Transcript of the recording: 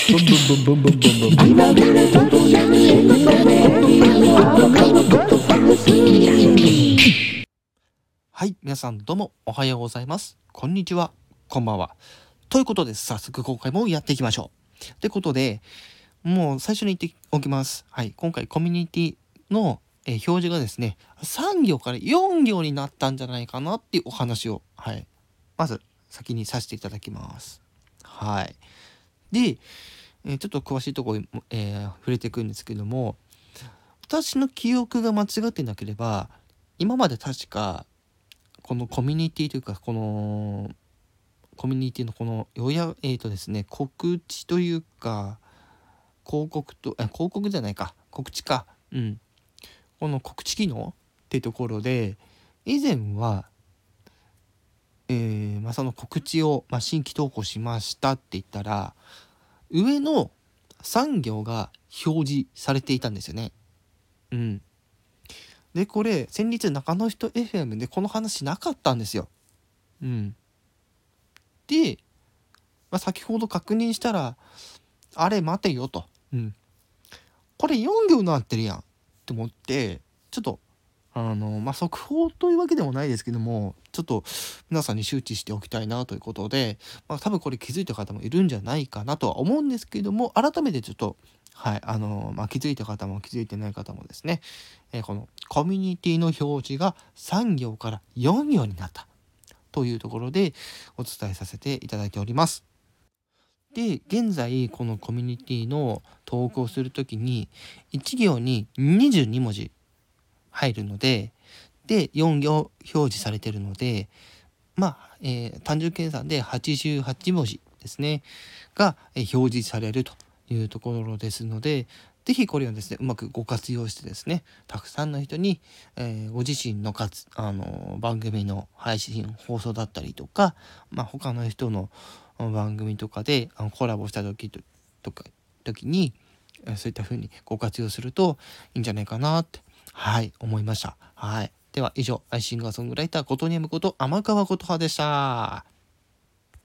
ブンブンブンブンブンブンブンブン。はい、皆さんどうもおはようございます。こんにちは、こんばんは。ということで早速今回もやっていきましょう。ということで、もう最初に言っておきます。はい、今回コミュニティの表示がですね、3行から4行になったんじゃないかなっていうお話を、はい、まず先にさせていただきます。はい。で、ちょっと詳しいところに、触れていくんですけども、私の記憶が間違ってなければ、今まで確か、このコミュニティというか、この、コミュニティのこの、ですね、告知というか、広告じゃないか、告知か。うん。この告知機能っていうところで、以前は、その告知を、新規投稿しましたって言ったら、上の3行が表示されていたんですよね。うん。で、これ、先日中野人 FM でこの話なかったんですよ。うん。で、先ほど確認したら、あれ待てよと。うん。これ4行になってるやんって思って、ちょっと、速報というわけでもないですけども、ちょっと皆さんに周知しておきたいなということで、多分これ気づいた方もいるんじゃないかなとは思うんですけども、改めてちょっと、はい、気づいた方も気づいてない方もですね、このコミュニティの表示が3行から4行になったというところでお伝えさせていただいております。で、現在このコミュニティの投稿するときに1行に22文字入るので、で、4行表示されているので、単純計算で88文字ですね、が表示されるというところですので、ぜひこれをですね、うまくご活用してですね、たくさんの人に、ご自身の番組の配信、放送だったりとか、他の人の番組とかでコラボした時に、そういった風にご活用するといいんじゃないかなって、はい、思いました。はい。では以上、シンガーソングライターことにむこと天川琴葉でした。